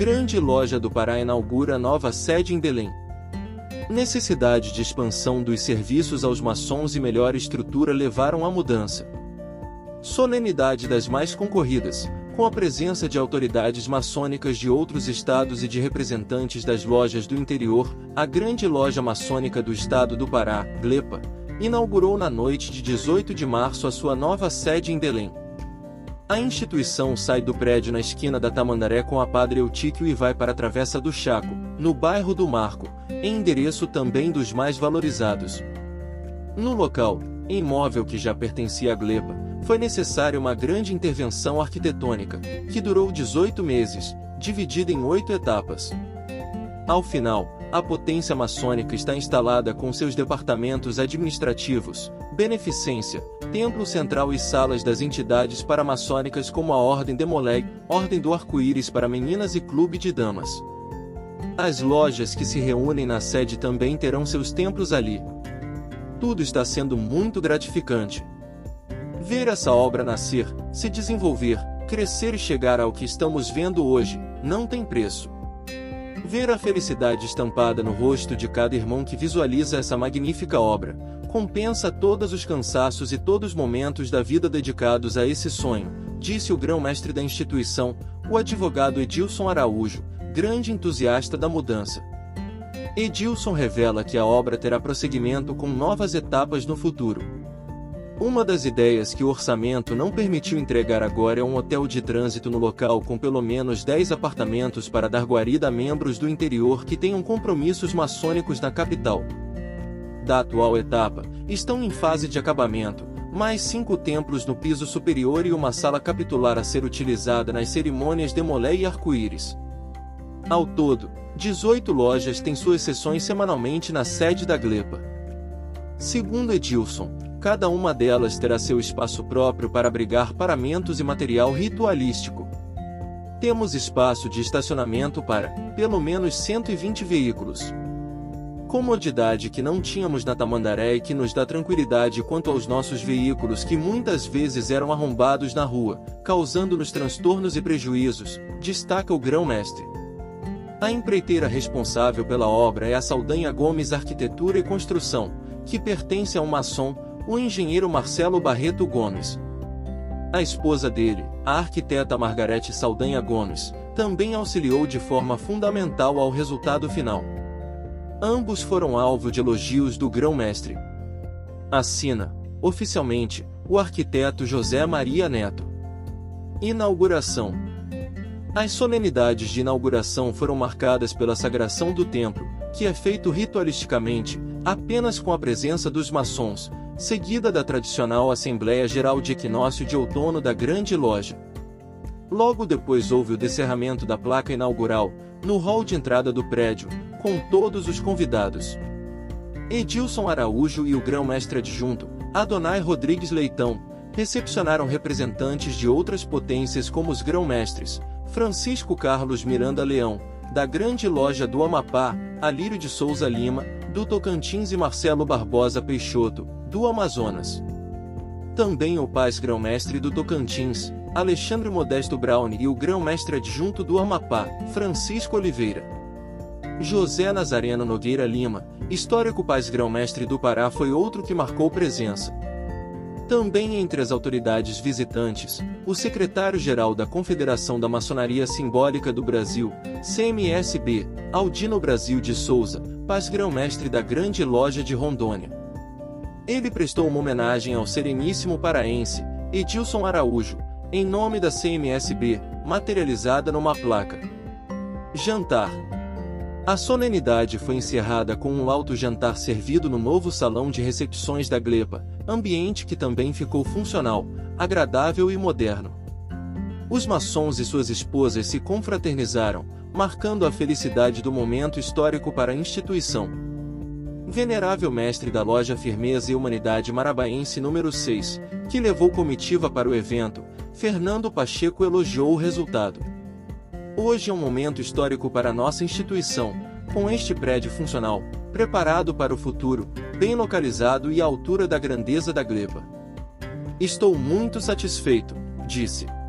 Grande Loja do Pará inaugura nova sede em Belém. Necessidade de expansão dos serviços aos maçons e melhor estrutura levaram à mudança. Solenidade das mais concorridas, com a presença de autoridades maçônicas de outros estados e de representantes das lojas do interior, a Grande Loja Maçônica do Estado do Pará, GLEPA, inaugurou na noite de 18 de março a sua nova sede em Belém. A instituição sai do prédio na esquina da Tamandaré com a Padre Eutíquio e vai para a Travessa do Chaco, no bairro do Marco, em endereço também dos mais valorizados. No local, imóvel que já pertencia à GLEPA, foi necessária uma grande intervenção arquitetônica, que durou 18 meses, dividida em 8 etapas. Ao final, a potência maçônica está instalada com seus departamentos administrativos, beneficência, templo central e salas das entidades paramaçônicas como a Ordem Demolei, Ordem do Arco-Íris para meninas e Clube de Damas. As lojas que se reúnem na sede também terão seus templos ali. Tudo está sendo muito gratificante. Ver essa obra nascer, se desenvolver, crescer e chegar ao que estamos vendo hoje, não tem preço. Ver a felicidade estampada no rosto de cada irmão que visualiza essa magnífica obra, compensa todos os cansaços e todos os momentos da vida dedicados a esse sonho, disse o grão-mestre da instituição, o advogado Edilson Araújo, grande entusiasta da mudança. Edilson revela que a obra terá prosseguimento com novas etapas no futuro. Uma das ideias que o orçamento não permitiu entregar agora é um hotel de trânsito no local com pelo menos 10 apartamentos para dar guarida a membros do interior que tenham compromissos maçônicos na capital. Da atual etapa, estão em fase de acabamento, mais 5 templos no piso superior e uma sala capitular a ser utilizada nas cerimônias Demolei e Arco-Íris. Ao todo, 18 lojas têm suas sessões semanalmente na sede da GLEPA. Segundo Edilson, cada uma delas terá seu espaço próprio para abrigar paramentos e material ritualístico. Temos espaço de estacionamento para, pelo menos 120 veículos. Comodidade que não tínhamos na Tamandaré e que nos dá tranquilidade quanto aos nossos veículos que muitas vezes eram arrombados na rua, causando-nos transtornos e prejuízos, destaca o grão-mestre. A empreiteira responsável pela obra é a Saldanha Gomes Arquitetura e Construção, que pertence a um maçom, o engenheiro Marcelo Barreto Gomes. A esposa dele, a arquiteta Margarete Saldanha Gomes, também auxiliou de forma fundamental ao resultado final. Ambos foram alvo de elogios do grão-mestre. Assina, oficialmente, o arquiteto José Maria Neto. Inauguração. As solenidades de inauguração foram marcadas pela sagração do templo, que é feito ritualisticamente, apenas com a presença dos maçons, seguida da tradicional Assembleia Geral de Equinócio de Outono da Grande Loja. Logo depois houve o descerramento da placa inaugural, no hall de entrada do prédio, com todos os convidados. Edilson Araújo e o grão-mestre adjunto, Adonai Rodrigues Leitão, recepcionaram representantes de outras potências como os grão-mestres, Francisco Carlos Miranda Leão, da Grande Loja do Amapá, Alírio de Souza Lima, do Tocantins e Marcelo Barbosa Peixoto, do Amazonas. Também o paz grão-mestre do Tocantins, Alexandre Modesto Browne e o grão-mestre adjunto do Amapá, Francisco Oliveira. José Nazareno Nogueira Lima, histórico paz grão-mestre do Pará, foi outro que marcou presença. Também entre as autoridades visitantes, o secretário-geral da Confederação da Maçonaria Simbólica do Brasil, CMSB, Aldino Brasil de Souza, paz grão-mestre da Grande Loja de Rondônia. Ele prestou uma homenagem ao sereníssimo paraense, Edilson Araújo, em nome da CMSB, materializada numa placa. Jantar. A solenidade foi encerrada com um alto jantar servido no novo salão de recepções da GLEPA, ambiente que também ficou funcional, agradável e moderno. Os maçons e suas esposas se confraternizaram, marcando a felicidade do momento histórico para a instituição. Venerável mestre da Loja Firmeza e Humanidade Marabaense número 6, que levou comitiva para o evento, Fernando Pacheco elogiou o resultado. Hoje é um momento histórico para nossa instituição, com este prédio funcional, preparado para o futuro, bem localizado e à altura da grandeza da GLEPA. Estou muito satisfeito, disse.